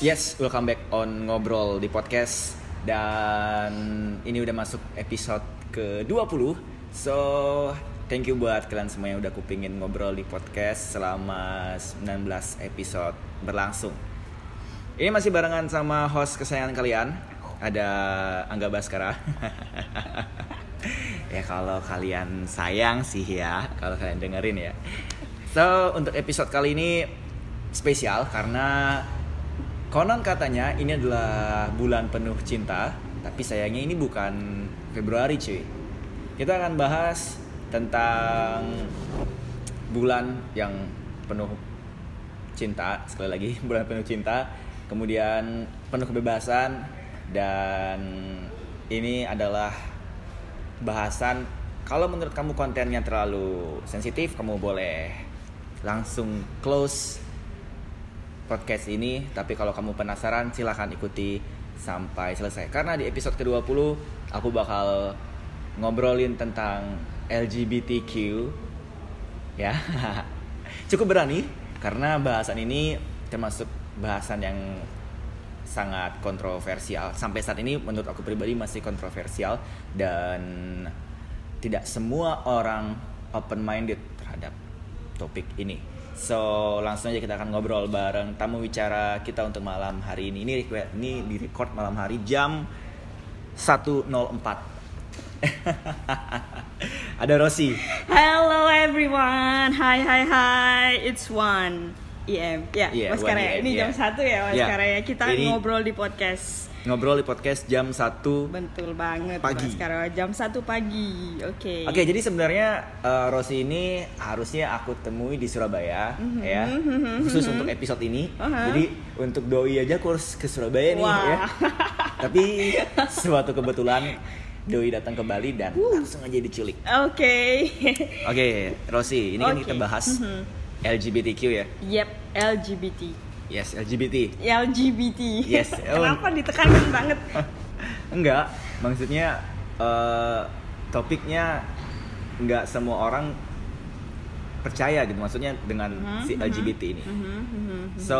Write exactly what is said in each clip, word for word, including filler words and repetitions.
Yes, welcome back on Ngobrol di Podcast. Dan ini udah masuk episode ke dua puluh. So, thank you buat kalian semua yang udah kupingin ngobrol di podcast selama sembilan belas episode berlangsung. Ini masih barengan sama host kesayangan kalian, ada Angga Baskara. Ya kalau kalian sayang sih ya, kalau kalian dengerin ya. So, untuk episode kali ini spesial karena konon katanya ini adalah bulan penuh cinta, tapi sayangnya ini bukan Februari cuy. Kita akan bahas tentang bulan yang penuh cinta, sekali lagi bulan penuh cinta, kemudian penuh kebebasan, dan ini adalah bahasan, kalau menurut kamu kontennya terlalu sensitif, kamu boleh langsung close podcast ini. Tapi kalau kamu penasaran, silahkan ikuti sampai selesai. Karena di episode ke dua puluh aku bakal ngobrolin tentang L G B T Q. Ya. Cukup berani karena bahasan ini termasuk bahasan yang sangat kontroversial. Sampai saat ini menurut aku pribadi masih kontroversial, dan tidak semua orang open minded terhadap topik ini. So, langsung aja kita akan ngobrol bareng tamu bicara kita untuk malam hari ini. Ini ini di record malam hari jam satu nol empat. Ada Rosi. Hello everyone. Hi hi hi. It's one E M. Ya, yeah, Mas Karya. Ini yeah. jam satu ya, Mas yeah. Karya. Kita ini ngobrol di podcast. Ngobrol di podcast jam satu. Betul banget, pagi. Mas Karya. Jam satu pagi. Oke. Okay. Oke, okay, jadi sebenarnya uh, Rosi ini harusnya aku temui di Surabaya, mm-hmm. ya. Khusus mm-hmm. untuk episode ini. Uh-huh. Jadi untuk doi aja aku harus ke Surabaya nih, wow. ya. Tapi suatu kebetulan doi datang ke Bali dan uh. langsung aja diculik. Oke. Okay. Oke, okay, Rosi, ini okay. kan kita bahas mm-hmm. L G B T Q ya. Yep, L G B T. Yes, L G B T. L G B T. Yes. Kenapa ditekankan banget? Enggak, maksudnya uh, topiknya enggak semua orang percaya gitu. Maksudnya dengan mm-hmm, si L G B T ini. Mm-hmm, mm-hmm. So,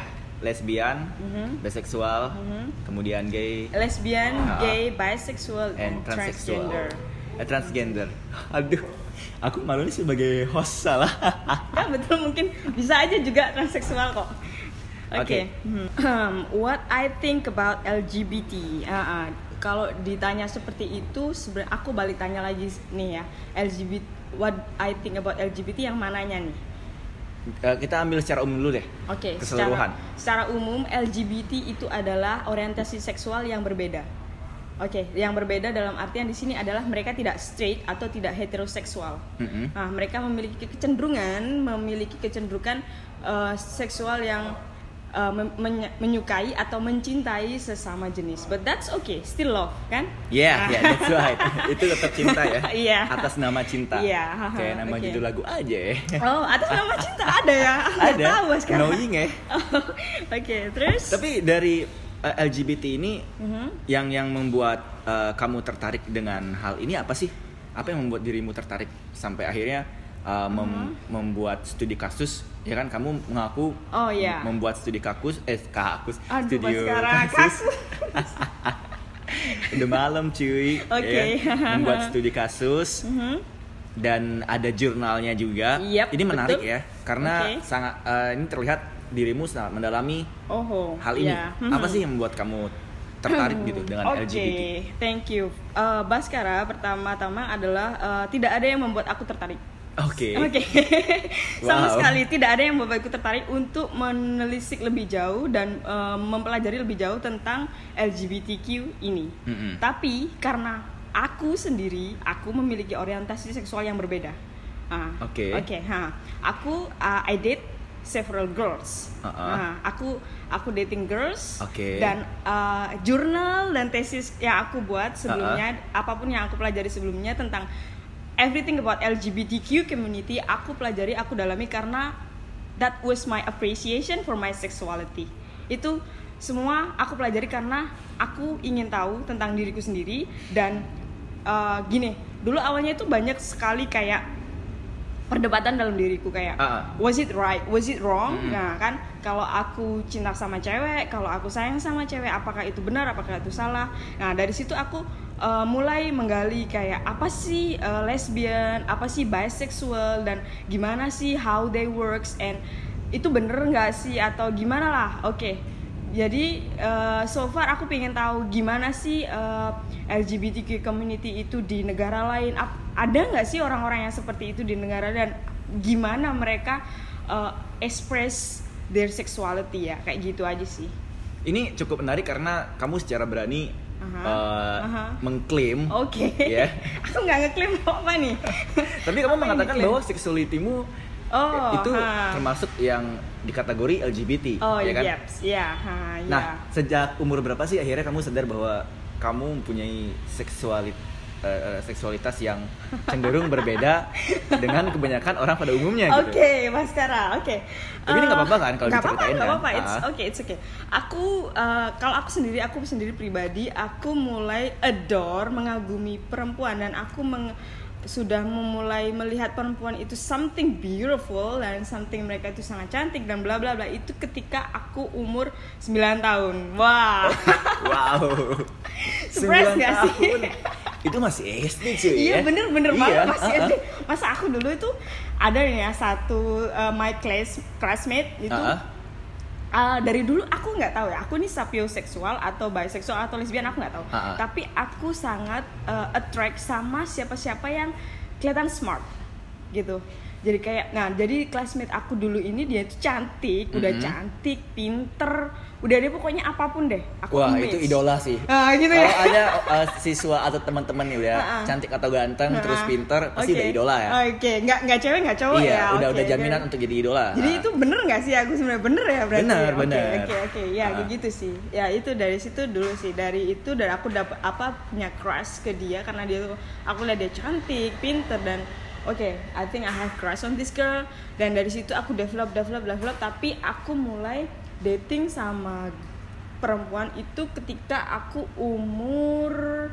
lesbian, mm-hmm. bisexual, mm-hmm. kemudian gay. Lesbian, uh, gay, bisexual, and transgender. Eh, transgender. Aduh, aku malu nih sebagai host salah. Ya betul, mungkin bisa aja juga transseksual kok. Oke. Okay. Okay. Um, what I think about L G B T. Uh, uh, kalau ditanya seperti itu, sebenarnya aku balik tanya lagi nih ya. L G B T. What I think about L G B T yang mananya nih? Uh, kita ambil secara umum dulu deh. Oke. Okay, keseluruhan. Secara, secara umum L G B T itu adalah orientasi seksual yang berbeda. Oke, okay, yang berbeda dalam artian di sini adalah mereka tidak straight atau tidak heteroseksual. Mm-hmm. Nah, mereka memiliki kecenderungan, memiliki kecenderungan uh, seksual yang uh, men- menyukai atau mencintai sesama jenis. But that's okay, still love, kan? Yeah, yeah, that's right. Itu tetap cinta ya. Yeah. Atas nama cinta. Iya. Yeah. Kayak nama okay. judul lagu aja ya. Oh, atas nama cinta ada ya? Ada. Tahu sekarang. Knowing ya. Oh, oke, okay, terus? Tapi dari L G B T ini mm-hmm. yang yang membuat uh, kamu tertarik dengan hal ini apa sih? Apa yang membuat dirimu tertarik sampai akhirnya uh, mem- mm-hmm. membuat studi kasus? Ya kan kamu mengaku oh, yeah. membuat studi kakus eh kakus Aduh, studio kasus. Udah malam cuy. Oke. Okay. Ya, membuat studi kasus. Mm-hmm. Dan ada jurnalnya juga. Yep, ini menarik betul. Ya, karena okay. sangat uh, ini terlihat dirimu sangat mendalami oh, hal ini. Yeah. Apa sih yang membuat kamu tertarik gitu dengan okay. L G B T? Thank you. Uh, Baskara, pertama-tama adalah uh, tidak ada yang membuat aku tertarik. Oke. Okay. Oke. Okay. Sama wow. sekali tidak ada yang membuat aku tertarik untuk menelisik lebih jauh dan uh, mempelajari lebih jauh tentang L G B T Q ini. Mm-hmm. Tapi karena aku sendiri, aku memiliki orientasi seksual yang berbeda. Uh, Oke. Okay. Oke. Okay, huh. Aku uh, I date several girls. Uh-uh. Nah, aku aku dating girls. Okay. Dan uh, jurnal dan tesis yang aku buat sebelumnya, uh-uh. apapun yang aku pelajari sebelumnya tentang everything about L G B T Q community, aku pelajari, aku dalami karena that was my appreciation for my sexuality. Itu semua aku pelajari karena aku ingin tahu tentang diriku sendiri. Dan uh, gini, dulu awalnya itu banyak sekali kayak perdebatan dalam diriku kayak uh-uh. was it right, was it wrong? Mm-hmm. Nah kan kalau aku cinta sama cewek, kalau aku sayang sama cewek, apakah itu benar, apakah itu salah? Nah dari situ aku uh, mulai menggali kayak apa sih uh, lesbian, apa sih bisexual, dan gimana sih how they works, and itu bener nggak sih atau gimana lah? Oke. Okay. Jadi uh, so far aku pengen tahu gimana sih uh, L G B T Q community itu di negara lain. Ada nggak sih orang-orang yang seperti itu di negara, dan gimana mereka uh, express their sexuality ya, kayak gitu aja sih. Ini cukup menarik karena kamu secara berani uh-huh. Uh, uh-huh. mengklaim. Oke. Okay. Ya. Aku nggak ngeklaim apa nih. Tapi kamu apa mengatakan bahwa seksualitimu oh, itu ha. termasuk yang di kategori L G B T, oh, ya kan? Yep. Yeah, ha, nah, yeah. sejak umur berapa sih akhirnya kamu sadar bahwa kamu mempunyai seksualit, uh, seksualitas yang cenderung berbeda dengan kebanyakan orang pada umumnya? Oke, okay, Mas Kara, oke. Okay. Tapi uh, ini nggak apa-apa kan kalau diceritain kan? Nggak apa-apa, it's uh. okay, it's okay. Aku uh, kalau aku sendiri, aku sendiri pribadi, aku mulai adore, mengagumi perempuan, dan aku meng sudah memulai melihat perempuan itu something beautiful dan something mereka itu sangat cantik dan bla bla bla, itu ketika aku umur sembilan tahun. Wah. Wow. Surprise enggak sih? Itu masih S D cuy. Iya, ya? bener bener iya. banget masih uh-huh. S D. Masa aku dulu itu ada nih ya satu uh, my class classmate itu uh-huh. Uh, dari dulu aku nggak tahu ya, aku ini sapioseksual atau bisexual atau lesbian, aku nggak tahu. Uh-uh. Tapi aku sangat uh, attract sama siapa-siapa yang kelihatan smart gitu. Jadi kayak, nah jadi classmate aku dulu ini dia itu cantik, mm-hmm. udah cantik, pinter, udah deh pokoknya apapun deh. Aku wah image. itu idola sih. Uh, gitu kalau ya? ada uh, siswa atau teman-teman nih udah uh-uh. cantik atau ganteng uh-uh. terus pinter, pasti okay. udah idola ya. Oke, okay. nggak nggak cewek nggak cowok iya, ya. udah okay, udah jaminan okay. untuk jadi idola. Jadi uh. itu bener nggak sih aku sebenarnya bener ya berarti? Bener okay, bener. Oke okay, oke okay. ya uh. gitu sih. Ya itu dari situ dulu sih, dari itu dan aku dapat apa punya crush ke dia karena dia tuh aku lihat dia cantik, pinter, dan oke, okay, I think I have crush on this girl. Dan dari situ aku develop, develop, develop. Tapi aku mulai dating sama perempuan itu ketika aku umur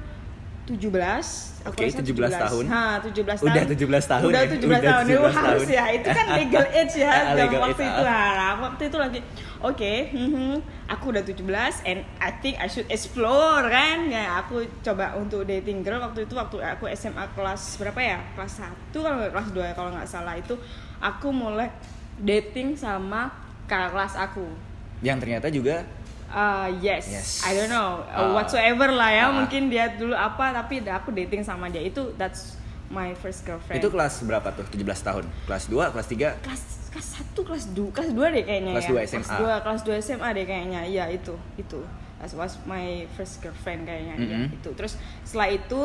tujuh belas. Oke, okay, tujuh belas tahun. Ha, tujuh belas tahun. Udah tujuh belas tahun. Udah tujuh belas ya? tahun. tujuh belas harus tahun. ya. Itu kan legal age ya. legal waktu age, itu uh. lah. Waktu itu lagi oke, okay, mm-hmm, aku udah tujuh belas and I think I should explore kan. Ya, aku coba untuk dating girl waktu itu waktu aku S M A kelas berapa ya? Kelas satu kalau kelas dua kalau enggak salah, itu aku mulai dating sama kakak kelas aku. Yang ternyata juga Uh, yes. yes, I don't know uh, uh, whatsoever lah ya. Uh, Mungkin dia dulu apa, tapi aku dating sama dia itu that's my first girlfriend. Itu kelas berapa tuh? tujuh belas tahun. Kelas dua, kelas tiga? Kelas kelas satu, kelas dua, kelas dua deh kayaknya. Kelas ya. dua S M A. Kelas dua, kelas dua S M A deh kayaknya. Iya, itu. Itu. That was my first girlfriend kayaknya. Mm-hmm. Ya, itu. Terus setelah itu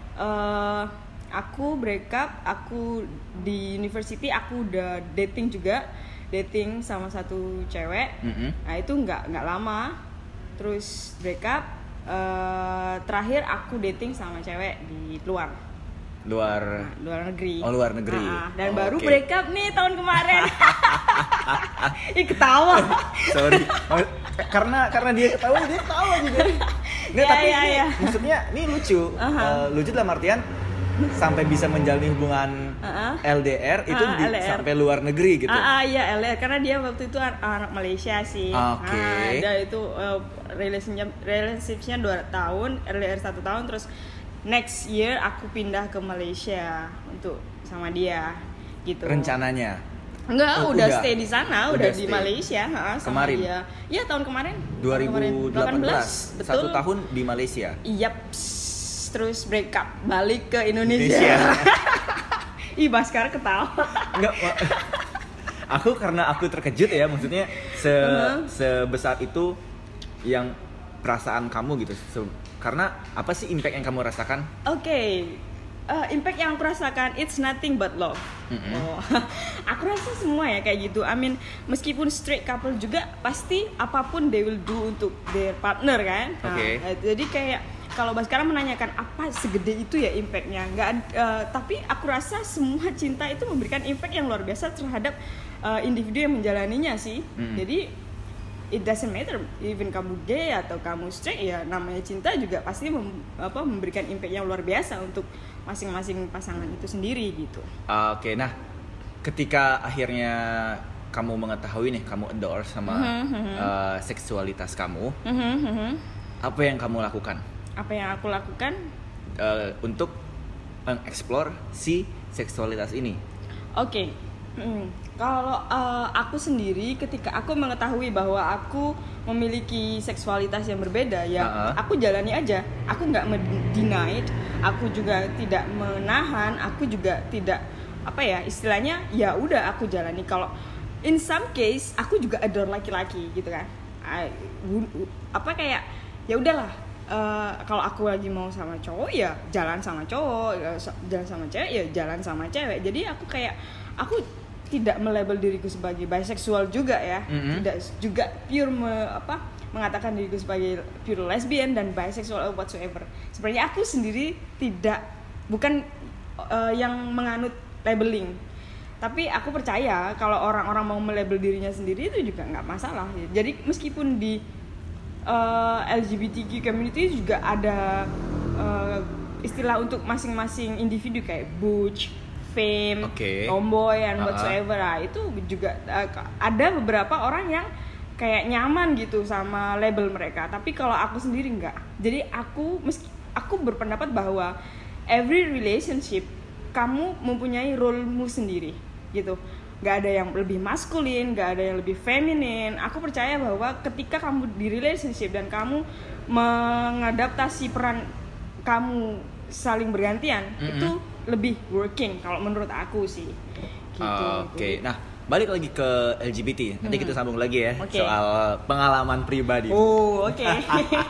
uh, aku break up, aku di university aku udah dating juga. Dating sama satu cewek. Mm-hmm. Nah, itu enggak enggak lama. Terus break up. Uh, terakhir aku dating sama cewek di luar. Luar nah, luar negeri. Oh, luar negeri. Nah, dan oh, baru okay. break up nih tahun kemarin. Ih, ketawa. Sorry. karena karena dia ketawa, dia ketawa juga. Nggak, ya, tapi ya, ini, ya. maksudnya ini lucu. Uh-huh. Uh, lucu dalam artian sampai bisa menjalin hubungan uh-huh. L D R itu uh, di, L D R. Sampai luar negeri gitu. Ah, uh, uh, iya L D R karena dia waktu itu anak Malaysia sih. Oke. Okay. Nah, dia itu uh, relationship relationshipnya dua tahun, L D R satu tahun, terus next year aku pindah ke Malaysia untuk sama dia gitu. Rencananya? Enggak, oh, udah, udah stay di sana, udah, udah di Malaysia, ha, sama kemarin? dia. Iya, tahun kemarin. dua ribu delapan belas. Betul. Satu tahun di Malaysia. Yap. Terus break up, balik ke Indonesia. Indonesia. Ih, Baskara ketawa. Enggak, aku karena aku terkejut ya, maksudnya se uh-huh. sebesar itu yang perasaan kamu gitu. So, karena apa sih impact yang kamu rasakan? Oke. Okay. Uh, impact yang aku rasakan it's nothing but love. Mm-hmm. Oh, aku rasa semua ya kayak gitu. I mean, meskipun straight couple juga pasti apapun they will do untuk their partner kan. Okay. Nah, jadi kayak kalau Baskara menanyakan apa segede itu ya impactnya, nggak. Uh, tapi aku rasa semua cinta itu memberikan impact yang luar biasa terhadap uh, individu yang menjalaninya sih. Mm-hmm. Jadi it doesn't matter even kamu gay atau kamu straight, ya namanya cinta juga pasti mem, apa, memberikan impact yang luar biasa untuk masing-masing pasangan itu sendiri gitu. Uh, Oke, okay. Nah ketika akhirnya kamu mengetahui nih, kamu adore sama mm-hmm. uh, seksualitas kamu, mm-hmm. apa yang kamu lakukan? Apa yang aku lakukan? Uh, untuk mengeksplor si seksualitas ini. Oke, okay. hmm. kalau uh, aku sendiri ketika aku mengetahui bahwa aku memiliki seksualitas yang berbeda, ya uh-uh. aku jalani aja. Aku nggak mendeny, aku juga tidak menahan, aku juga tidak apa ya istilahnya, ya udah aku jalani. Kalau in some case aku juga adore laki-laki gitu kan, I, apa kayak ya udahlah. Uh, kalau aku lagi mau sama cowok ya jalan sama cowok, jalan sama cewek ya jalan sama cewek. Jadi aku kayak aku tidak melabel diriku sebagai bisexual juga ya, mm-hmm. tidak juga pure me, apa mengatakan diriku sebagai pure lesbian dan bisexual or whatsoever. Sebenarnya aku sendiri tidak bukan uh, yang menganut labeling. Tapi aku percaya kalau orang-orang mau melabel dirinya sendiri itu juga nggak masalah. Jadi meskipun di Uh, L G B T Q community juga ada uh, istilah untuk masing-masing individu kayak butch, femme, okay. tomboy, and uh-huh. whatsoever. Nah, itu juga uh, ada beberapa orang yang kayak nyaman gitu sama label mereka. Tapi kalau aku sendiri enggak. Jadi aku meski aku berpendapat bahwa every relationship kamu mempunyai role-mu sendiri gitu. Gak ada yang lebih maskulin, gak ada yang lebih feminin. Aku percaya bahwa ketika kamu di relationship dan kamu mengadaptasi peran kamu saling bergantian, mm-hmm. itu lebih working kalau menurut aku sih. Gitu. Uh, Oke, okay. Nah balik lagi ke L G B T. Nanti hmm. kita sambung lagi ya okay. soal pengalaman pribadi. Oh oke. Okay.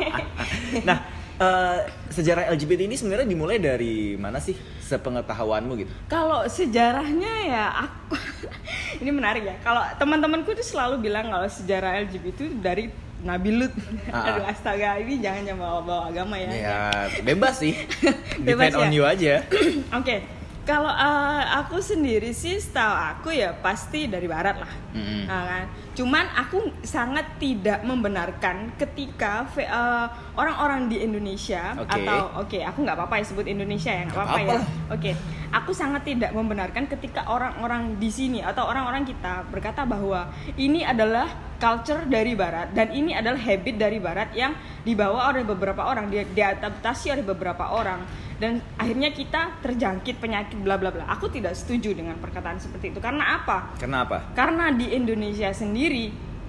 Nah uh, sejarah L G B T ini sebenarnya dimulai dari mana sih sepengetahuanmu gitu? Kalau sejarahnya ya aku ini menarik ya. Kalau teman-temanku tuh selalu bilang kalau sejarah L G B T itu dari Nabi Lut. Ah. Aduh astaga, ini jangan yang bawa-bawa agama ya. Ya bebas sih. Bebas Depend ya? on you aja. Oke. Okay. Kalau uh, aku sendiri sih, setahu aku ya pasti dari barat lah, mm-hmm. nah, kan. Cuman aku sangat tidak membenarkan ketika uh, orang-orang di Indonesia okay. atau oke, okay, aku nggak apa-apa ya sebut Indonesia ya nggak apa-apa ya. Oke, okay. Aku sangat tidak membenarkan ketika orang-orang di sini atau orang-orang kita berkata bahwa ini adalah culture dari barat dan ini adalah habit dari barat yang dibawa oleh beberapa orang, di, diadaptasi oleh beberapa orang. Dan akhirnya kita terjangkit penyakit bla bla bla. Aku tidak setuju dengan perkataan seperti itu. Karena apa? Karena apa? Karena di Indonesia sendiri,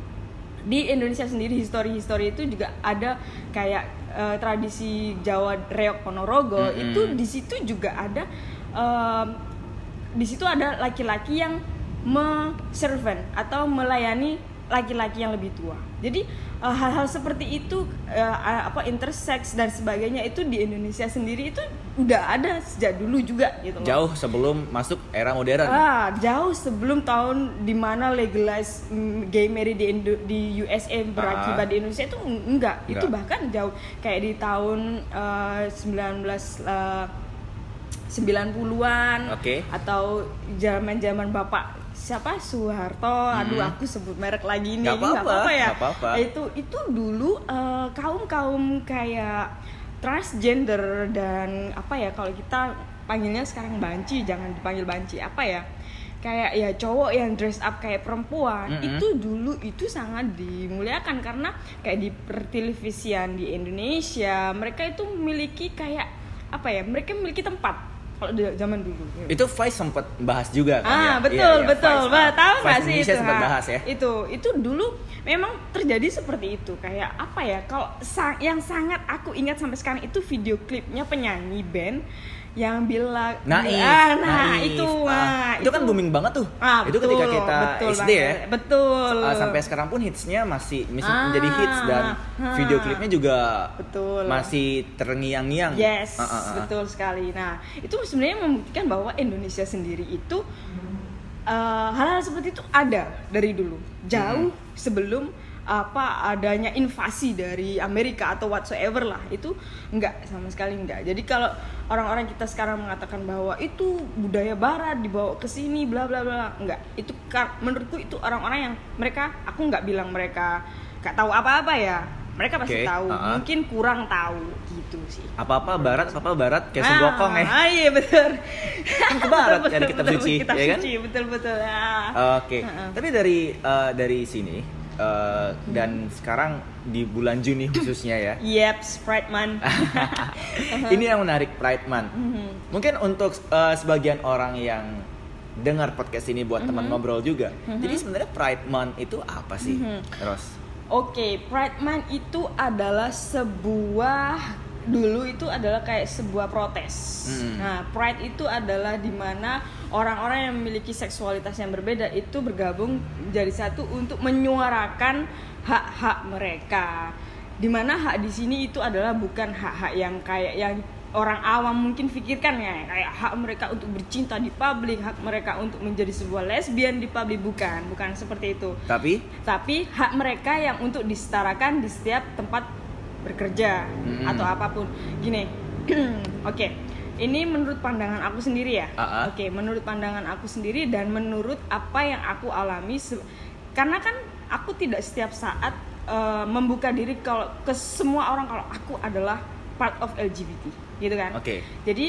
di Indonesia sendiri histori-histori itu juga ada kayak uh, tradisi Jawa Reok Ponorogo. Mm-hmm. Itu di situ juga ada, uh, di situ ada laki-laki yang me-servant atau melayani laki-laki yang lebih tua. Jadi uh, hal-hal seperti itu uh, apa intersex dan sebagainya itu di Indonesia sendiri itu udah ada sejak dulu juga gitu loh. Jauh sebelum masuk era modern. Ah, jauh sebelum tahun dimana legalize mm, gay marriage di, Indo- di U S A berakibat ah. di Indonesia itu enggak. enggak. Itu bahkan jauh kayak di tahun uh, sembilan belas sembilan puluhan okay. atau zaman-zaman Bapak siapa Soeharto, hmm. aduh aku sebut merek lagi nih, nggak apa-apa, nggak apa-apa ya. Nggak apa-apa. Itu itu dulu uh, kaum-kaum kayak transgender dan apa ya kalau kita panggilnya sekarang banci, jangan dipanggil banci, apa ya? Kayak ya cowok yang dress up kayak perempuan, mm-hmm. itu dulu itu sangat dimuliakan karena kayak di pertelevisian di Indonesia mereka itu memiliki kayak apa ya? Mereka memiliki tempat. Kalau di zaman dulu itu Vice sempat bahas juga kan ah, ya? betul iya, iya, betul Vice, bah, tahu nggak sih itu sempat bahas ya itu itu dulu memang terjadi seperti itu kayak apa ya kalau sang, yang sangat aku ingat sampai sekarang itu video klipnya penyanyi band yang bilang Naif, ah, nah Naif. itu ah, nah, itu kan booming banget tuh ah, itu betul, ketika kita betul S D banget. ya betul uh, sampai sekarang pun hitsnya masih masih ah, menjadi hits dan ah, video klipnya juga betul masih terngiang-ngiang yes uh, uh, uh. betul sekali. Nah itu sebenarnya membuktikan bahwa Indonesia sendiri itu uh, hal-hal seperti itu ada dari dulu jauh hmm. sebelum apa adanya invasi dari Amerika atau whatsoever lah, itu enggak, sama sekali enggak. Jadi kalau orang-orang kita sekarang mengatakan bahwa itu budaya barat dibawa ke sini bla bla bla, enggak. Itu menurutku itu orang-orang yang mereka, aku enggak bilang mereka enggak tahu apa-apa ya. mereka pasti okay. tahu, uh-huh. mungkin kurang tahu gitu sih. Apa-apa barat, apa-apa barat kayak ah, Sembokong ya. Ah iya betul. Kan ke barat betul, kan kitab betul, suci, kitab ya kan? Suci, betul betul. Ah. Oke. Okay. Uh-uh. Tapi dari uh, dari sini uh, dan hmm. sekarang di bulan Juni khususnya ya. Yep, Pride Month. Ini yang menarik, Pride Month. Mm-hmm. Mungkin untuk uh, sebagian orang yang dengar podcast ini buat mm-hmm. teman ngobrol juga. Mm-hmm. Jadi sebenarnya Pride Month itu apa sih, mm-hmm. Ros? Oke, okay, Pride Month itu adalah sebuah dulu itu adalah kayak sebuah protes. Mm-hmm. Nah, Pride itu adalah dimana orang-orang yang memiliki seksualitas yang berbeda itu bergabung jadi satu untuk menyuarakan hak-hak mereka. Dimana hak di sini itu adalah bukan hak-hak yang kayak yang orang awam mungkin pikirkan ya, kayak hak mereka untuk bercinta di publik, hak mereka untuk menjadi sebuah lesbian di publik, bukan, bukan seperti itu. Tapi, tapi hak mereka yang untuk disetarakan di setiap tempat bekerja hmm. atau apapun. Gini, oke, okay. Ini menurut pandangan aku sendiri ya. Uh-huh. Oke, okay, menurut pandangan aku sendiri dan menurut apa yang aku alami, se- karena kan aku tidak setiap saat uh, membuka diri kalau ke semua orang kalau aku adalah part of L G B T, gitu kan? Oke. Okay. Jadi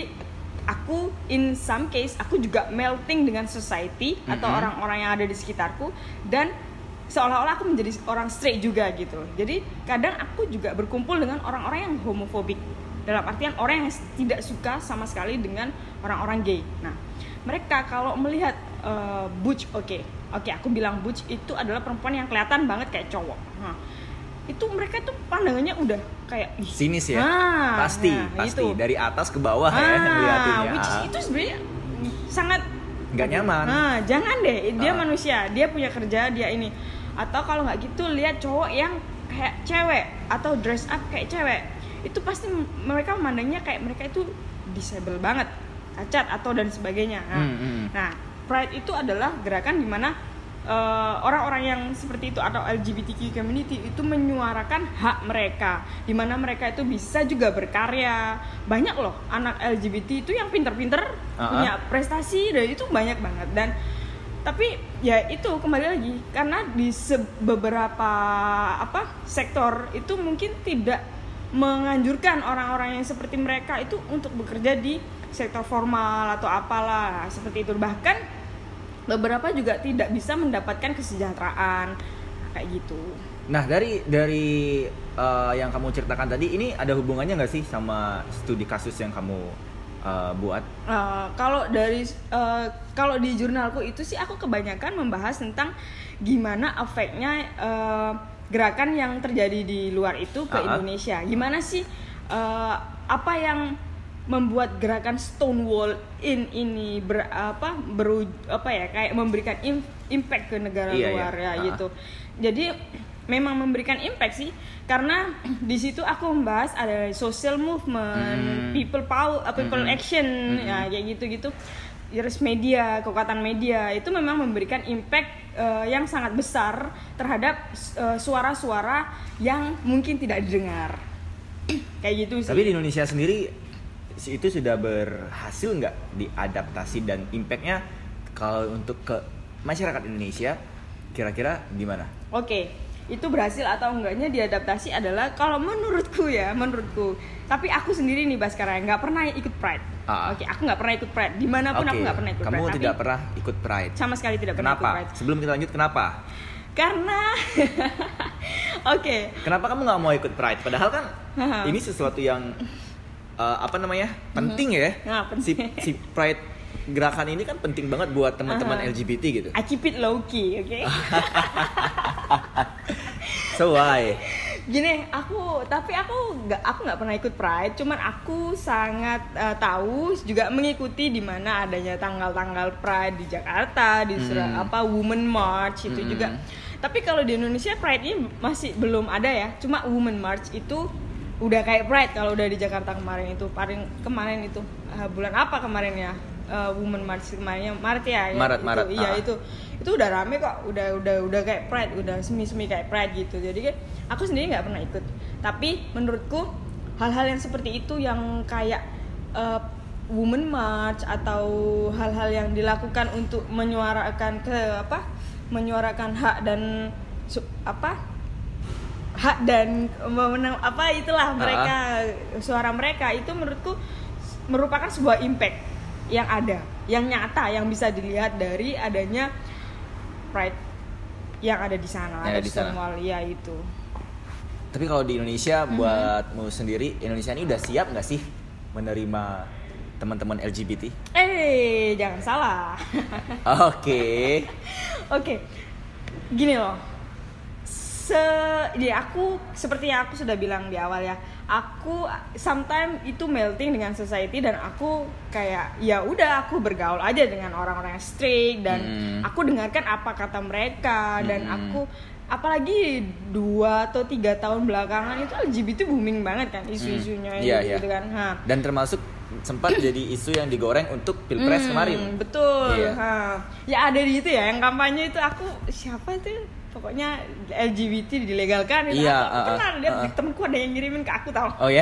aku in some case aku juga melting dengan society mm-hmm. atau orang-orang yang ada di sekitarku dan seolah-olah aku menjadi orang straight juga gitu. Jadi kadang aku juga berkumpul dengan orang-orang yang homofobik, dalam artian orang yang tidak suka sama sekali dengan orang-orang gay. Nah, mereka kalau melihat uh, butch, oke, okay. oke okay, aku bilang butch itu adalah perempuan yang kelihatan banget kayak cowok. Nah, itu mereka tuh pandangannya udah kayak sinis ya, nah, pasti, nah, pasti itu. Dari atas ke bawah ah, ya ngeliatinnya. Which is, itu sebenarnya sangat nggak nyaman. Nah, jangan deh, dia ah. manusia, dia punya kerja, dia ini. Atau kalau nggak gitu lihat cowok yang kayak cewek atau dress up kayak cewek, itu pasti mereka memandangnya kayak mereka itu disable banget, cacat atau dan sebagainya. Nah, hmm, hmm. nah Pride itu adalah gerakan di mana Uh, orang-orang yang seperti itu atau L G B T Q community itu menyuarakan hak mereka, di mana mereka itu bisa juga berkarya. Banyak loh anak L G B T itu yang pinter-pinter uh-huh. punya prestasi dan itu banyak banget. Dan tapi ya itu kembali lagi karena di se- beberapa apa sektor itu mungkin tidak menganjurkan orang-orang yang seperti mereka itu untuk bekerja di sektor formal atau apalah seperti itu. Bahkan beberapa juga tidak bisa mendapatkan kesejahteraan kayak gitu. Nah dari dari uh, yang kamu ceritakan tadi ini ada hubungannya nggak sih sama studi kasus yang kamu uh, buat? Uh, kalau dari uh, kalau di jurnalku itu sih aku kebanyakan membahas tentang gimana efeknya uh, gerakan yang terjadi di luar itu ke uh-huh. Indonesia. Gimana sih uh, apa yang membuat gerakan Stonewall in ini ber, apa beru, apa ya kayak memberikan im, impact ke negara iya, luar iya. ya uh-huh. gitu. Jadi memang memberikan impact sih karena di situ aku membahas ada social movement, hmm. people power, people hmm. action hmm. ya kayak gitu-gitu. Terus media, kekuatan media itu memang memberikan impact uh, yang sangat besar terhadap uh, suara-suara yang mungkin tidak didengar. Kayak gitu sih. Tapi di Indonesia sendiri itu sudah berhasil nggak diadaptasi dan impactnya kalau untuk ke masyarakat Indonesia kira-kira gimana? Oke, okay. Itu berhasil atau enggaknya diadaptasi adalah kalau menurutku ya, menurutku. Tapi aku sendiri nih Baskara nggak pernah ikut Pride. Ah. Oke, okay, aku nggak pernah ikut Pride. Dimanapun okay. aku nggak pernah ikut Kamu Pride. Kamu tidak tapi pernah ikut Pride? Sama sekali tidak kenapa? pernah ikut Pride. Sebelum kita lanjut, kenapa? Karena, oke. Okay. Kenapa kamu nggak mau ikut Pride? Padahal kan ini sesuatu yang uh, apa namanya penting ya. Nah, penting. Si, si Pride gerakan ini kan penting banget buat teman-teman uh-huh. L G B T gitu. I keep it low key, oke? Okay? So why? Gini, aku tapi aku nggak aku nggak pernah ikut Pride, cuman aku sangat uh, tahu juga mengikuti di mana adanya tanggal-tanggal Pride di Jakarta, di Surabaya, hmm. apa Women March itu hmm. juga. Tapi kalau di Indonesia Pride ini masih belum ada ya, cuma Women March itu udah kayak Pride kalau udah di Jakarta kemarin itu, paling kemarin itu uh, bulan apa kemarin ya? Uh, Women March kemarinnya Maret ya, Maret, ya, Maret, itu, iya ah. itu itu udah rame kok, udah udah udah kayak Pride, udah semi-semi kayak Pride gitu. Jadi kan aku sendiri nggak pernah ikut, tapi menurutku hal-hal yang seperti itu yang kayak uh, Women March atau hal-hal yang dilakukan untuk menyuarakan ke apa menyuarakan hak dan su, apa hak dan memenang apa itulah mereka uh-huh. suara mereka itu menurutku merupakan sebuah impact yang ada, yang nyata, yang bisa dilihat dari adanya pride yang ada di sana, ada di Stonewall ya itu. Tapi kalau di Indonesia mm-hmm. buatmu sendiri, Indonesia ini udah siap nggak sih menerima teman-teman L G B T? Eh, jangan salah. Oke. Oke. Gini loh. Se ya aku seperti yang aku sudah bilang di awal ya. Aku sometimes itu melting dengan society dan aku kayak ya udah aku bergaul aja dengan orang-orang yang strict dan hmm. aku dengarkan apa kata mereka dan hmm. aku apalagi dua atau tiga tahun belakangan itu L G B T booming banget kan isu-isunya hmm. yeah, gitu yeah. kan. Ha. Dan termasuk sempat jadi isu yang digoreng untuk pilpres hmm, kemarin. Betul. Yeah. Ha. Ya ada di itu ya yang kampanye itu aku siapa itu? Pokoknya L G B T dilegalkan itu iya, aku uh, pernah lihat uh, uh. temenku ada yang ngirimin ke aku tau. Oh ya?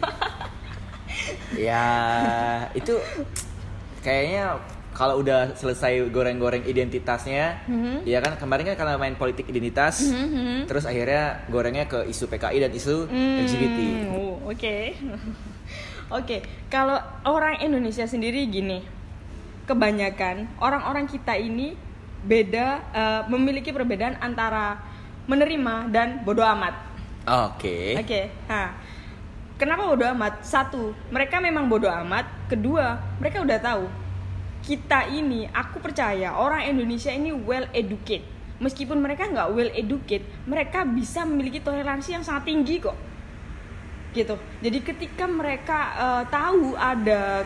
Ya itu kayaknya kalau udah selesai goreng-goreng identitasnya, mm-hmm. ya kan kemarin kan karena main politik identitas, mm-hmm. terus akhirnya gorengnya ke isu P K I dan isu mm, L G B T. Oh, oke. Okay. Oke, okay. Kalau orang Indonesia sendiri gini, kebanyakan orang-orang kita ini beda uh, memiliki perbedaan antara menerima dan bodoh amat. Oke. Okay. Oke. Okay. Nah, kenapa bodoh amat? Satu, mereka memang bodoh amat. Kedua, mereka udah tahu kita ini, aku percaya orang Indonesia ini well educated. Meskipun mereka nggak well educated, mereka bisa memiliki toleransi yang sangat tinggi kok. Gitu. Jadi ketika mereka uh, tahu ada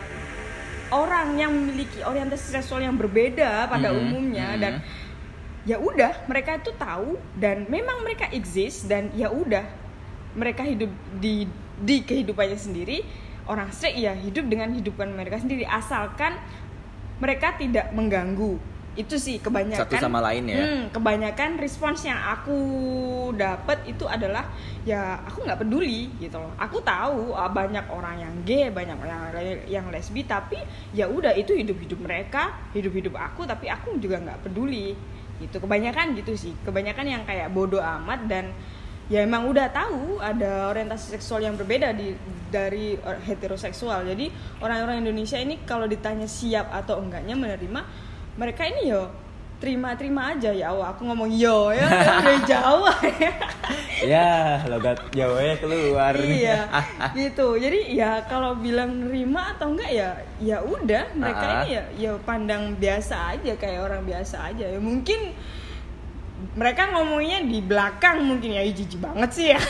orang yang memiliki orientasi seksual yang berbeda pada mm-hmm. umumnya mm-hmm. dan ya udah mereka itu tahu dan memang mereka exist dan ya udah mereka hidup di di kehidupannya sendiri. Orang straight ya hidup dengan hidupan mereka sendiri asalkan mereka tidak mengganggu. Itu sih kebanyakan satu sama lain ya. Hmm, kebanyakan respons yang aku dapat itu adalah ya aku nggak peduli gitu loh. Aku tahu banyak orang yang gay, banyak orang yang lesbi, tapi ya udah itu hidup-hidup mereka, hidup-hidup aku, tapi aku juga nggak peduli. Gitu kebanyakan gitu sih. Kebanyakan yang kayak bodoh amat dan ya emang udah tahu ada orientasi seksual yang berbeda di dari heteroseksual. Jadi orang-orang Indonesia ini kalau ditanya siap atau enggaknya menerima, mereka ini yo terima-terima aja ya. Allah, aku ngomong yo ya dari Jawa ya. Ya, logat Jawanya keluar. Iya. Gitu. Jadi ya kalau bilang nerima atau enggak ya ya udah mereka uh-huh. ini ya ya pandang biasa aja kayak orang biasa aja. Ya mungkin mereka ngomongnya di belakang mungkin ya jijik banget sih ya.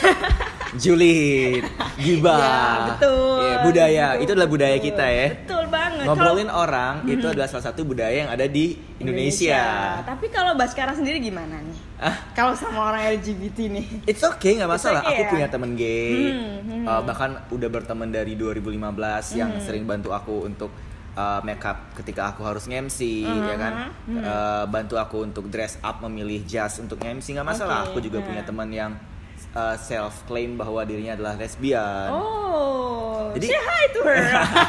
Julid, gibah. Ya, betul. Ya, budaya, betul, itu adalah budaya betul. kita ya. Betul banget. Ngobrolin kalo, orang mm-hmm. itu adalah salah satu budaya yang ada di Indonesia. Indonesia. Tapi kalau Baskara sendiri gimana nih? Ah? Kalau sama orang L G B T nih? It's okay, nggak masalah. Okay, Aku ya? punya temen gay, hmm, hmm. Uh, bahkan udah berteman dari dua ribu lima belas hmm. yang sering bantu aku untuk Uh, makeup ketika aku harus nge-M C, uh-huh. ya kan, hmm. uh, bantu aku untuk dress up, memilih jas untuk nge-M C, nggak masalah. Okay. Aku juga yeah. punya teman yang uh, self claim bahwa dirinya adalah lesbian. Oh, jadi say hi to her.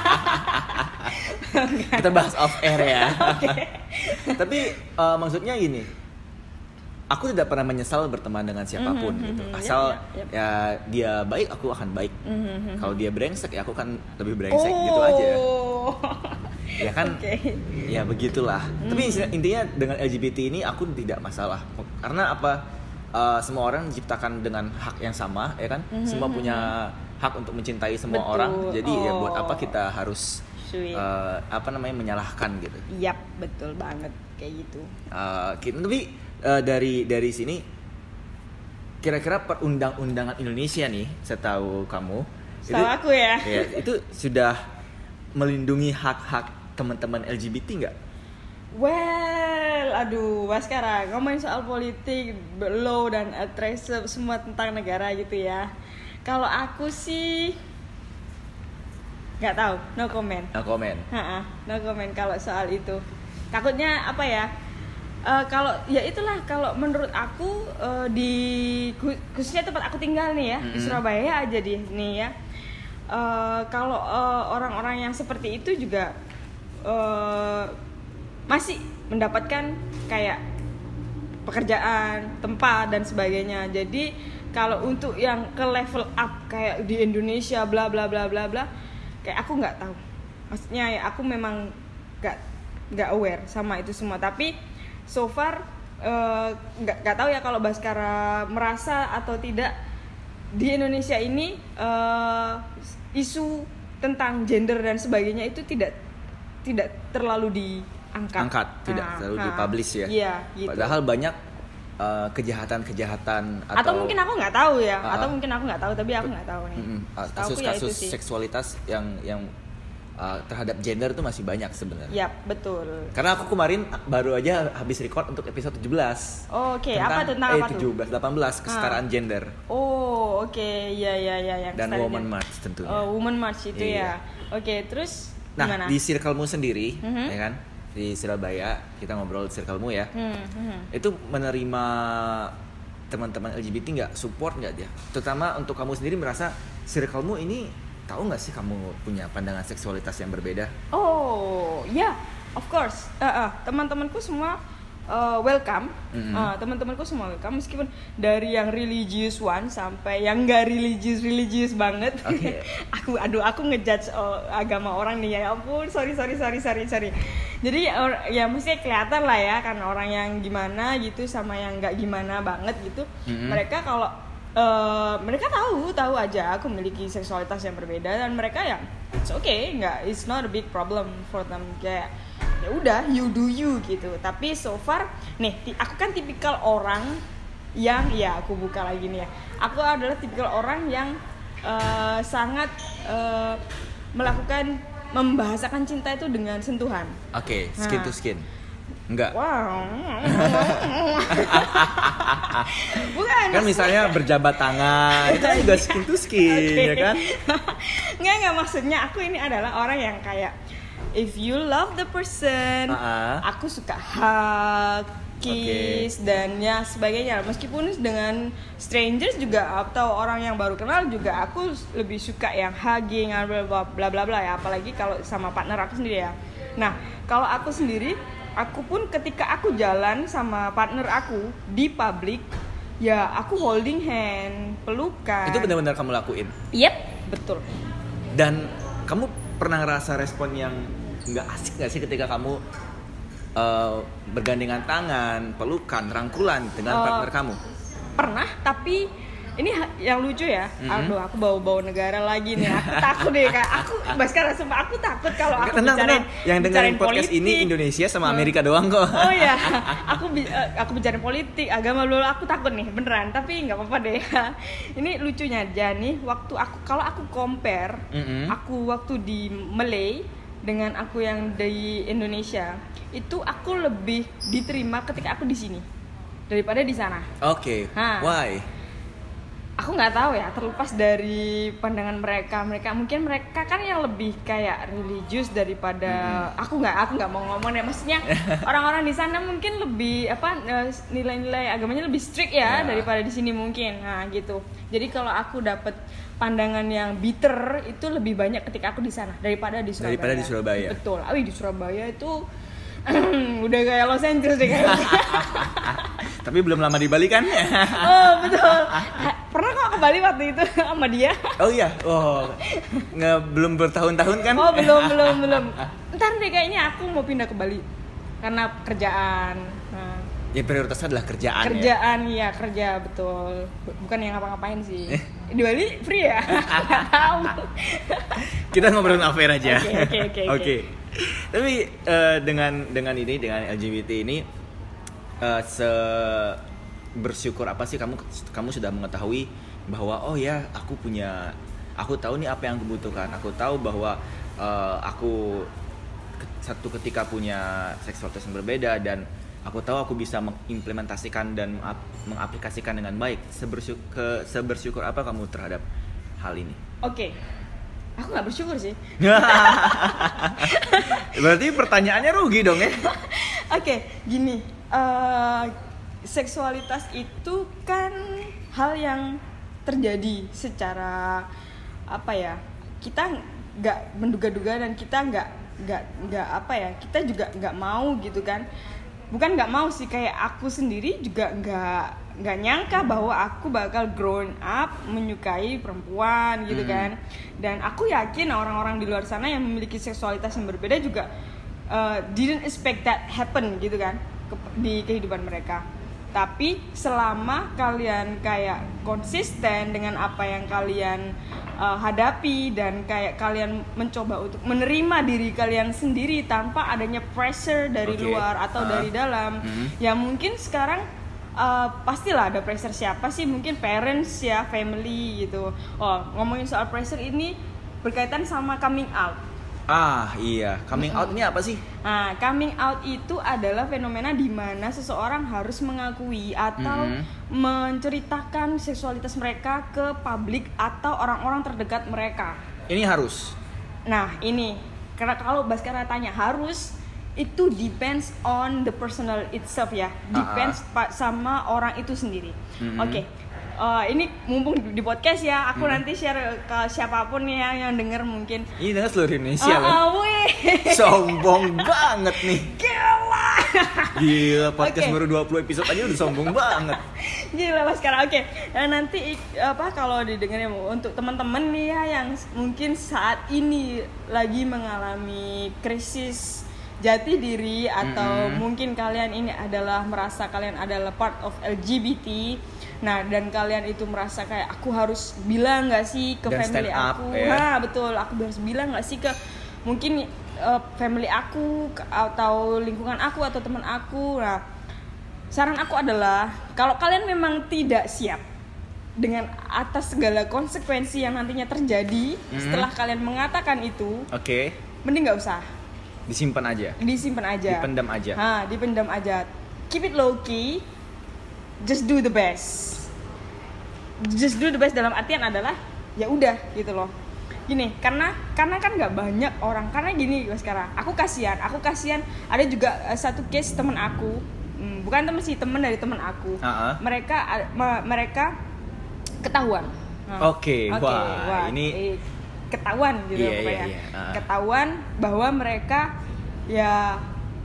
Kita bahas off air ya. Okay. Tapi uh, maksudnya gini, aku tidak pernah menyesal berteman dengan siapapun mm-hmm, gitu. Asal yep, yep, yep. ya dia baik, aku akan baik. Mm-hmm. Kalau dia brengsek ya aku kan lebih brengsek oh. gitu aja. Ya kan, okay. ya begitulah. Mm-hmm. Tapi intinya dengan L G B T ini aku tidak masalah. Karena apa? Uh, semua orang diciptakan dengan hak yang sama, ya kan? Mm-hmm. Semua punya hak untuk mencintai semua betul. Orang. Jadi oh. ya buat apa kita harus uh, apa namanya menyalahkan gitu? Yap, betul banget kayak gitu. Uh, gitu. Tapi uh, dari dari sini kira-kira perundang-undangan Indonesia nih, setahu kamu, setahu itu, aku ya, ya, itu sudah melindungi hak-hak teman-teman L G B T nggak? Well, aduh, Baskara ngomongin soal politik, law dan trace semua tentang negara gitu ya. Kalau aku sih nggak tahu, no comment. No comment. Ha-ha, no comment kalau soal itu. Takutnya apa ya? Uh, kalau ya itulah kalau menurut aku uh, di khususnya tempat aku tinggal nih ya, mm-hmm. di Surabaya aja di nih ya. Uh, kalau uh, orang-orang yang seperti itu juga uh, masih mendapatkan kayak pekerjaan, tempat dan sebagainya. Jadi kalau untuk yang ke level up kayak di Indonesia bla bla bla bla bla, kayak aku nggak tahu. Maksudnya ya aku memang nggak nggak aware sama itu semua. Tapi so far nggak uh, nggak tahu ya kalau Baskara merasa atau tidak di Indonesia ini uh, isu tentang gender dan sebagainya itu tidak tidak terlalu diangkat, angkat, tidak nah, terlalu nah, dipublish ya. Iya, gitu. Padahal banyak uh, kejahatan-kejahatan atau, atau mungkin aku nggak tahu ya, uh, atau mungkin aku nggak tahu tapi aku nggak tahu nih. Kasus-kasus ya seksualitas yang yang uh, terhadap gender itu masih banyak sebenarnya. Iya, betul. Karena aku kemarin baru aja habis record untuk episode tujuh belas. Oh, oke, okay. Apa tentang eh, apa tuh? tujuh belas delapan belas kesetaraan ah. gender. Oh, oke. Okay. Ya ya ya yang dan Women March tentunya. Oh, Women March itu iya. ya. Oke, okay, terus nah, gimana? di circlemu sendiri, mm-hmm. ya kan? Di Surabaya, kita ngobrol circlemu ya. Mm-hmm. Itu menerima teman-teman L G B T nggak, support nggak dia? Terutama untuk kamu sendiri merasa circlemu ini tahu nggak sih kamu punya pandangan seksualitas yang berbeda? Oh, ya, yeah, of course. Uh, uh, teman-temanku semua uh, welcome. Mm-hmm. Uh, teman-temanku semua welcome meskipun dari yang religious one sampai yang nggak religious religious banget. Okay. aku, aduh, aku ngejudge uh, agama orang nih ya ampun. Sorry, sorry, sorry, sorry, sorry. Jadi or, ya mesti kelihatan lah ya kan orang yang gimana gitu sama yang nggak gimana banget gitu. Mm-hmm. Mereka kalau Uh, mereka tahu tahu aja aku memiliki seksualitas yang berbeda dan mereka ya it's okay, nggak, it's not a big problem for them, kayak ya udah you do you gitu. Tapi so far nih aku kan tipikal orang yang ya aku buka lagi nih ya, aku adalah tipikal orang yang uh, sangat uh, melakukan membahasakan cinta itu dengan sentuhan. Oke, okay, skin nah. to skin. Enggak. Wow. Bukan. Kan misalnya berjabat tangan, itu kan juga skin to skin, okay. Ya kan? Enggak, enggak, maksudnya aku ini adalah orang yang kayak if you love the person, uh-huh. aku suka hug, kiss, okay. dan ya sebagainya. Meskipun dengan strangers juga atau orang yang baru kenal juga aku lebih suka yang hugging, bla bla bla bla ya, apalagi kalau sama partner aku sendiri ya. Nah, kalau aku sendiri aku pun ketika aku jalan sama partner aku di publik, ya aku holding hand, pelukan. Itu benar-benar kamu lakuin? Yep, betul. Dan kamu pernah ngerasa respon yang nggak asik nggak sih ketika kamu uh, bergandengan tangan, pelukan, rangkulan dengan uh, partner kamu? Pernah, tapi ini yang lucu ya, mm-hmm. aduh aku bawa-bawa negara lagi nih, aku takut deh, kayak aku Baskara sumpah aku takut kalau aku tenang, bicarain, tenang. Yang dengerin podcast politik. Ini Indonesia sama Amerika doang kok. Oh ya, aku aku bicarain politik, agama dulu, aku takut nih beneran, tapi nggak apa-apa deh. Ini lucunya aja nih, waktu aku kalau aku compare, mm-hmm. aku waktu di Malay dengan aku yang di Indonesia, itu aku lebih diterima ketika aku di sini daripada di sana. Oke. Okay. Why? Aku nggak tahu ya, terlepas dari pandangan mereka, mereka mungkin mereka kan yang lebih kayak religius daripada hmm. aku nggak, aku nggak mau ngomong ya, maksudnya orang-orang di sana mungkin lebih apa nilai-nilai agamanya lebih strict ya, yeah. daripada di sini mungkin, nah gitu. Jadi kalau aku dapat pandangan yang bitter itu lebih banyak ketika aku di sana daripada di Surabaya. Daripada di Surabaya. Betul. Awi di Surabaya itu udah kayak Los Angeles deh kayaknya. Tapi belum lama di Bali kan? Oh betul. Pernah kok ke Bali waktu itu sama dia. Oh iya. Oh. Nggak, belum bertahun-tahun kan? Oh belum belum belum. Ntar deh kayaknya aku mau pindah ke Bali karena pekerjaan. Nah. Ya prioritasnya adalah kerjaan. Kerjaan ya, ya kerja betul. Bukan yang ngapa-ngapain sih. Di Bali free ya? Nggak tahu. Kita ngobrolin affair aja. Oke oke oke. Oke. Tapi uh, dengan dengan ini dengan L G B T ini uh, se bersyukur apa sih kamu kamu sudah mengetahui bahwa oh ya aku punya aku tahu nih apa yang aku butuhkan, aku tahu bahwa uh, aku satu ketika punya seksualitas yang berbeda dan aku tahu aku bisa mengimplementasikan dan mengaplikasikan dengan baik. Sebersyukur, sebersyukur apa kamu terhadap hal ini? Oke. Okay. Aku gak bersyukur sih. Berarti pertanyaannya rugi dong ya? Oke, okay, gini. Uh, seksualitas itu kan hal yang terjadi secara apa ya? Kita nggak menduga-duga dan kita nggak nggak nggak apa ya? Kita juga nggak mau gitu kan. bukan nggak mau sih, kayak aku sendiri juga nggak nggak nyangka bahwa aku bakal grown up menyukai perempuan gitu hmm. kan. Dan aku yakin orang-orang di luar sana yang memiliki seksualitas yang berbeda juga uh, didn't expect that happen gitu kan ke- di kehidupan mereka. Tapi selama kalian kayak konsisten dengan apa yang kalian uh, hadapi dan kayak kalian mencoba untuk menerima diri kalian sendiri tanpa adanya pressure dari okay. luar atau uh. dari dalam, mm-hmm. ya mungkin sekarang uh, pastilah ada pressure. Siapa sih? Mungkin parents ya, family gitu. Oh, ngomongin soal pressure ini berkaitan sama coming out. Ah iya, coming out ini apa sih? Nah, coming out itu adalah fenomena di mana seseorang harus mengakui atau mm-hmm. menceritakan seksualitas mereka ke publik atau orang-orang terdekat mereka. Ini harus? Nah ini, karena kalau Baskara tanya harus, itu depends on the personal itself ya, depends uh-huh. sama orang itu sendiri. Mm-hmm. Oke. Okay. Uh, ini mumpung di podcast ya, aku hmm. nanti share ke siapapun ya yang denger mungkin. Ini denger seluruh Indonesia uh, loh. Uh, sombong banget nih. Gila. Gila, podcast okay. baru dua puluh episode aja udah sombong banget. Gila Mas sekarang. Oke. Okay. Nah, nanti apa kalau didengarnya untuk teman-teman nih ya yang mungkin saat ini lagi mengalami krisis jati diri atau mm-hmm. mungkin kalian ini adalah merasa kalian adalah part of L G B T. Nah, dan kalian itu merasa kayak aku harus bilang nggak sih ke dan family aku, up, ya? Nah betul, aku harus bilang nggak sih ke mungkin uh, family aku ke, atau lingkungan aku atau teman aku. Nah, saran aku adalah kalau kalian memang tidak siap dengan atas segala konsekuensi yang nantinya terjadi mm-hmm. setelah kalian mengatakan itu, oke, okay. mending nggak usah, disimpan aja, disimpan aja, dipendam aja, ha, dipendam aja, keep it low key. Just do the best. Just do the best dalam artian adalah ya udah gitu loh. Gini, karena karena kan nggak banyak orang. Karena gini Mas sekarang, aku kasihan, aku kasihan. Ada juga uh, satu case teman aku, hmm, bukan teman sih, teman dari teman aku. Uh-huh. Mereka uh, me- mereka ketahuan. Nah, Oke, okay. okay, wah, wah ini eh, ketahuan gitu yeah, pokoknya. Yeah, yeah. Uh. Ketahuan bahwa mereka ya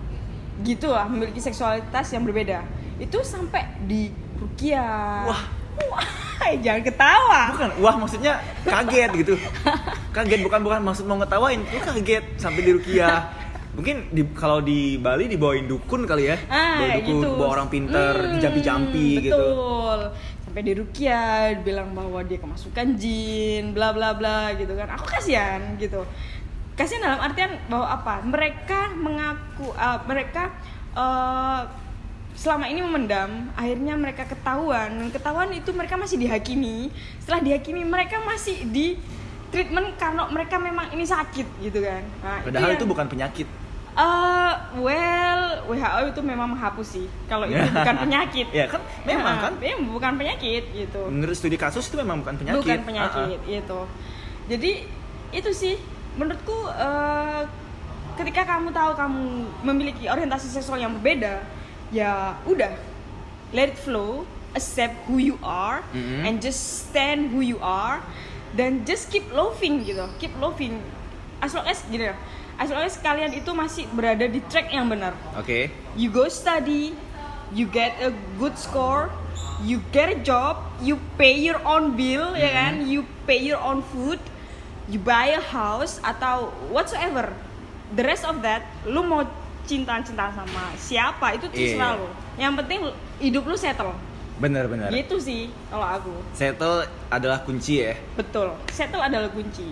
gitu lah, memiliki seksualitas yang berbeda. Itu sampai di ruqyah. Wah, wah, jangan ketawa. Bukan, wah maksudnya kaget gitu. Kaget bukan bukan maksud mau ngetawain, lu kaget sampai di ruqyah. Mungkin di, kalau di Bali dibawain dukun kali ya. Ah, bawa dukun, gitu. bawa orang pinter, hmm, dijampi-jampi gitu. Betul. Sampai di ruqyah bilang bahwa dia kemasukan jin, bla bla bla gitu kan. Aku kasihan gitu. Kasihan dalam artian bahwa apa? Mereka mengaku uh, mereka uh, selama ini memendam, akhirnya mereka ketahuan. Dan ketahuan itu mereka masih dihakimi. Setelah dihakimi, mereka masih di treatment karena mereka memang ini sakit gitu kan. Nah, padahal itu, itu bukan penyakit. Uh, well, W H O itu memang menghapus sih kalau itu bukan penyakit. Ya kan, memang nah, kan. Memang bukan penyakit gitu. Menurut studi kasus itu memang bukan penyakit. Bukan penyakit uh-uh. itu. Jadi itu sih menurutku uh, ketika kamu tahu kamu memiliki orientasi seksual yang berbeda, ya udah, let it flow, accept who you are, mm-hmm. and just stand who you are, dan just keep loving gitu, keep loving, as long as gini ya, as long as kalian itu masih berada di track yang benar. Oke. Okay. You go study, you get a good score, you get a job, you pay your own bill, mm-hmm. ya kan, you pay your own food, you buy a house atau whatsoever. The rest of that, lu mau cinta-cinta sama siapa itu terserah yeah. lo. Yang penting hidup lu settle. Benar-benar. Gitu sih kalau aku. Settle adalah kunci ya. Betul. Settle adalah kunci.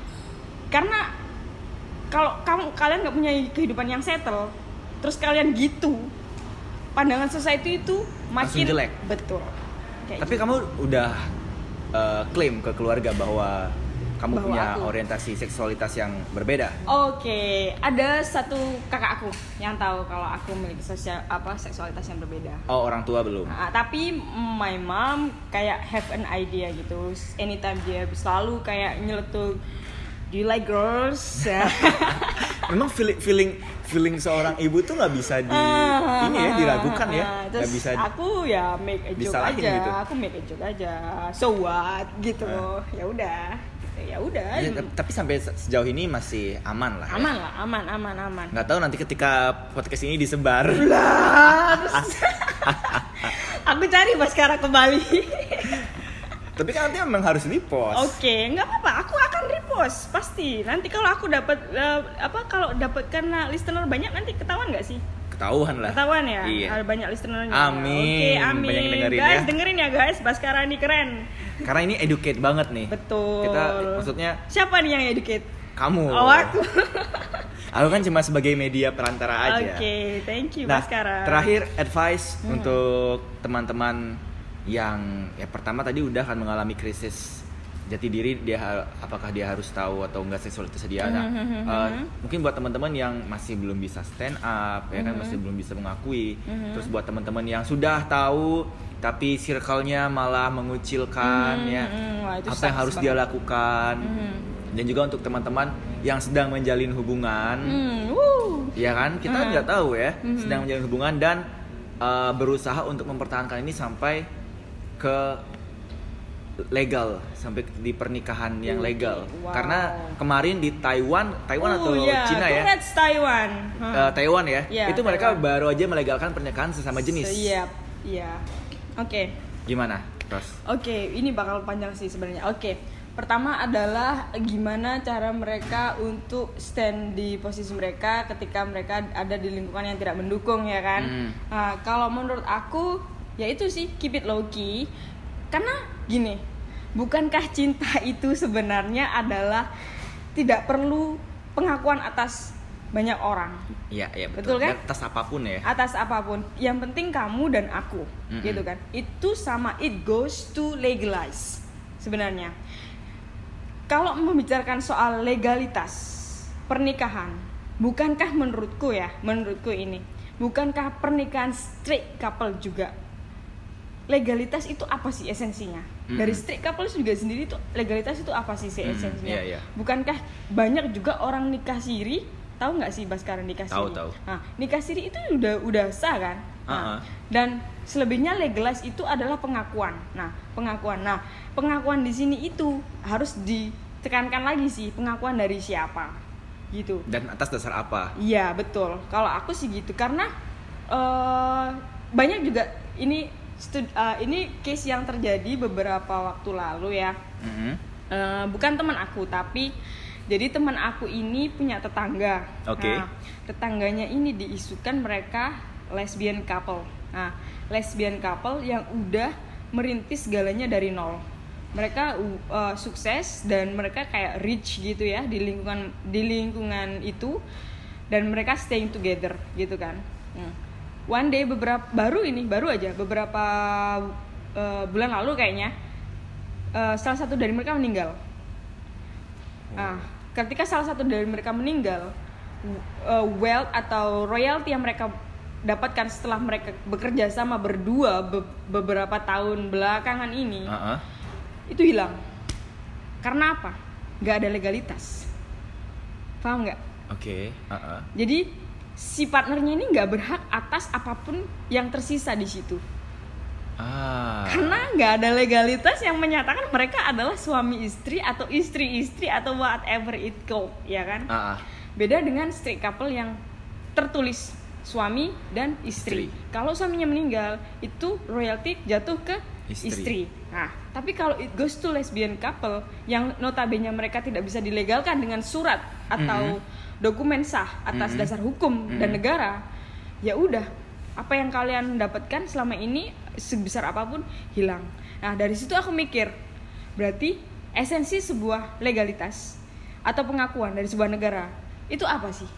Karena kalau kamu kalian nggak punya kehidupan yang settle, terus kalian gitu, pandangan society itu makin langsung jelek. Betul. Kayak Tapi gitu. kamu udah uh, klaim ke keluarga bahwa kamu bahwa punya aku. orientasi seksualitas yang berbeda. Oke, okay. Ada satu kakak aku yang tahu kalau aku memiliki sosial apa seksualitas yang berbeda. Oh, orang tua belum. Nah, tapi my mom kayak have an idea gitu. Anytime dia selalu kayak nyeletuk, do you like girls? Memang feeling feeling feeling seorang ibu tuh nggak bisa di uh, ini ya diragukan ya. Nggak bisa. Aku ya make a joke aja. Gitu. Aku make a joke aja. So what gitu. Uh. Ya udah. ya udah. Ya, tapi sampai sejauh ini masih aman lah. Aman ya? lah, aman, aman, aman. Nggak tahu nanti ketika podcast ini disebar. Lah, terus aku cari Baskara kembali. Tapi kan nanti memang harus repost. Oke, nggak apa-apa. Aku akan repost pasti. Nanti kalau aku dapat uh, apa kalau dapat karena listener banyak nanti ketahuan nggak sih? Ketahuan lah. Ketahuan ya. Iya. Ada banyak listenernya. Amin. Oke, amin. Banyak yang dengerin guys, ya. dengerin ya guys. Baskara ini keren. Karena ini educate banget nih. Betul. Kita maksudnya siapa nih yang educate? kamu. Oh, aku. Aku kan cuma sebagai media perantara aja. Oke, okay, thank you nah, Baskara. Terakhir advice hmm. untuk teman-teman yang ya pertama tadi udah kan mengalami krisis jati diri, dia apakah dia harus tahu atau enggak seksualitas dia. Nah, mm-hmm. uh, mungkin buat teman-teman yang masih belum bisa stand up, ya kan mm-hmm. masih belum bisa mengakui. Mm-hmm. Terus buat teman-teman yang sudah tahu tapi circle-nya malah mengucilkan, mm-hmm. ya Wah, itu apa yang harus banget. dia lakukan. Mm-hmm. Dan juga untuk teman-teman yang sedang menjalin hubungan, mm, woo. ya kan kita nggak mm-hmm. tahu ya, mm-hmm. sedang menjalin hubungan dan uh, berusaha untuk mempertahankan ini sampai ke legal, sampai di pernikahan yang legal. Wow. Karena kemarin di Taiwan, Taiwan uh, atau yeah. Cina ya? Congrats Taiwan. Huh. Uh, Taiwan ya. Yeah, itu mereka Taiwan. baru aja melegalkan pernikahan sesama jenis. Iya, iya. Oke. Gimana, Ros? Oke, okay, ini bakal panjang sih sebenarnya. Oke. Okay. Pertama adalah gimana cara mereka untuk stand di posisi mereka ketika mereka ada di lingkungan yang tidak mendukung, ya kan? Hmm. Nah, kalau menurut aku ya itu sih keep it low key. Karena gini, bukankah cinta itu sebenarnya adalah tidak perlu pengakuan atas banyak orang? Iya, iya betul. Betul kan? Atas apapun ya. Atas apapun. Yang penting kamu dan aku, mm-hmm. gitu kan. Itu sama, it goes to legalize sebenarnya. Kalau membicarakan soal legalitas pernikahan, bukankah menurutku ya, menurutku ini, bukankah pernikahan straight couple juga legalitas itu apa sih esensinya? Mm-hmm. Dari straight couple juga sendiri tuh legalitas itu apa sih sih esensinya? Mm, yeah, yeah. Bukankah banyak juga orang nikah siri? Tahu nggak sih Baskara nikah siri? Tahu, tahu. Nah, nikah siri itu udah udah sah kan? Nah, uh-huh. Dan selebihnya legalize itu adalah pengakuan. Nah, pengakuan. Nah, pengakuan di sini itu harus ditekankan lagi sih, pengakuan dari siapa? Gitu. Dan atas dasar apa? Iya, betul. Kalau aku sih gitu karena uh, banyak juga ini Stud, uh, ini case yang terjadi beberapa waktu lalu ya. Mm-hmm. uh, bukan teman aku tapi jadi teman aku ini punya tetangga. Okay. Nah, tetangganya ini diisukan mereka lesbian couple. Nah, lesbian couple yang udah merintis segalanya dari nol. Mereka uh, sukses dan mereka kayak rich gitu ya di lingkungan di lingkungan itu dan mereka staying together gitu kan. Hmm. One day beberapa baru ini baru aja beberapa uh, bulan lalu kayaknya uh, salah satu dari mereka meninggal. Nah, ketika salah satu dari mereka meninggal, uh, wealth atau royalty yang mereka dapatkan setelah mereka bekerja sama berdua be- beberapa tahun belakangan ini, uh-uh. itu hilang. Karena apa? Gak ada legalitas. Paham nggak? Oke. Okay. Uh-uh. Jadi si partnernya ini nggak berhak atas apapun yang tersisa di situ. Ah. Karena nggak ada legalitas yang menyatakan mereka adalah suami istri atau istri-istri atau whatever it called, ya kan? Ah. Beda dengan straight couple yang tertulis suami dan istri. istri. Kalau suaminya meninggal, itu royalty jatuh ke istri. istri. Nah, tapi kalau it goes to lesbian couple yang notabene mereka tidak bisa dilegalkan dengan surat atau mm-hmm. dokumen sah atas mm-hmm. dasar hukum mm-hmm. dan negara, ya udah apa yang kalian dapatkan selama ini sebesar apapun hilang. Nah, dari situ aku mikir, berarti esensi sebuah legalitas atau pengakuan dari sebuah negara itu apa sih?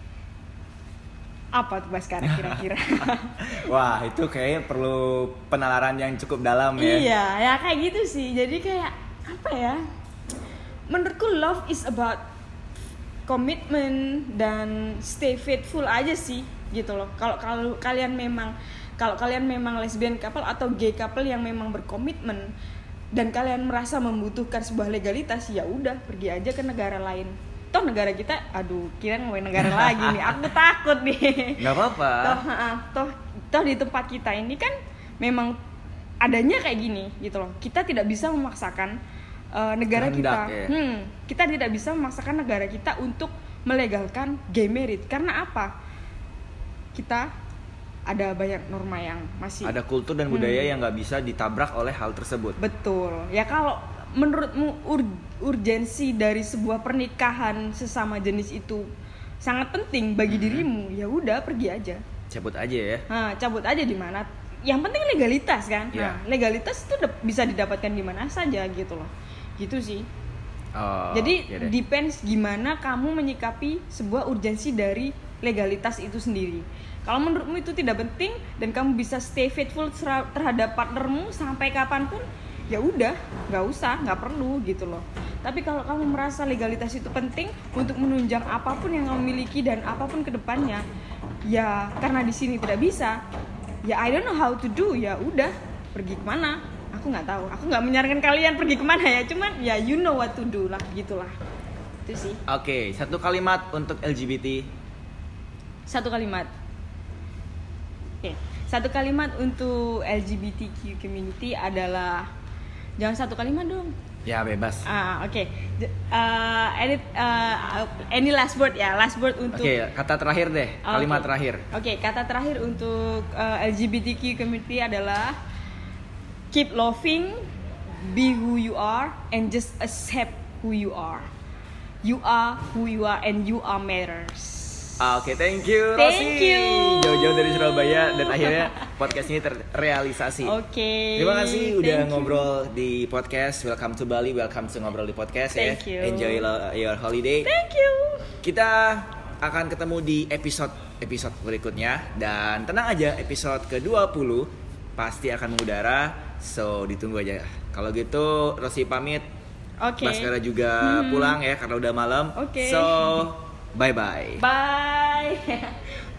Apa tuh Baskara kira-kira? Wah, itu kayaknya perlu penalaran yang cukup dalam ya. Iya, ya kayak gitu sih. Jadi kayak apa ya? Menurutku love is about komitmen dan stay faithful aja sih gitu loh. Kalau kalau kalian memang kalau kalian memang lesbian couple atau gay couple yang memang berkomitmen dan kalian merasa membutuhkan sebuah legalitas, ya udah pergi aja ke negara lain. Toh negara kita, aduh, kira ngomongin negara lagi nih, aku takut nih. Nggak apa-apa. Toh, uh, toh, toh di tempat kita ini kan memang adanya kayak gini gitu loh. Kita tidak bisa memaksakan uh, negara Kehendak, kita, ya. hmm, kita tidak bisa memaksakan negara kita untuk melegalkan gay marriage. Karena apa? Kita ada banyak norma yang masih ada kultur dan budaya hmm. yang nggak bisa ditabrak oleh hal tersebut. Betul. Ya kalau menurutmu ur- urgensi dari sebuah pernikahan sesama jenis itu sangat penting bagi hmm. dirimu, ya udah pergi aja. Cabut aja ya. Nah, cabut aja di mana. Yang penting legalitas kan. Yeah. Nah, legalitas itu de- bisa didapatkan di mana saja gitu loh. Gitu sih. Oh, Jadi okay depends gimana kamu menyikapi sebuah urgensi dari legalitas itu sendiri. Kalau menurutmu itu tidak penting dan kamu bisa stay faithful terhadap partnermu sampai kapanpun, ya udah, nggak usah, nggak perlu gitu loh. Tapi kalau kamu merasa legalitas itu penting untuk menunjang apapun yang kamu miliki dan apapun kedepannya, ya karena di sini tidak bisa, ya I don't know how to do, ya udah pergi kemana? Aku nggak tahu, aku nggak menyarankan kalian pergi kemana ya, cuman ya you know what to do lah, gitulah. Itu sih. Oke, okay, satu kalimat untuk L G B T. Satu kalimat. Oke, okay. Satu kalimat untuk L G B T Q community adalah jangan satu kalimat dong. Ya bebas. Ah oke. Okay. Uh, edit uh, any last word ya, last word untuk. Oke, okay, kata terakhir deh, kalimat okay. terakhir. Oke, okay, kata terakhir untuk uh, L G B T Q community adalah keep loving, be who you are, and just accept who you are. You are who you are, and you are matters. Oke, okay, thank you Thank Rosi. you. Jauh-jauh dari Surabaya dan akhirnya podcast ini terrealisasi. Oke. Okay. Terima kasih udah Thank ngobrol you. Di podcast. Welcome to Bali, welcome to ngobrol di podcast. Thank ya. you. Enjoy your holiday. Thank you. Kita akan ketemu di episode episode berikutnya dan tenang aja, episode ke dua puluh pasti akan mengudara. So ditunggu aja. Kalau gitu Rosi pamit. Oke. Okay. Baskara juga hmm. pulang ya karena udah malam. Oke. Okay. So bye bye. Bye.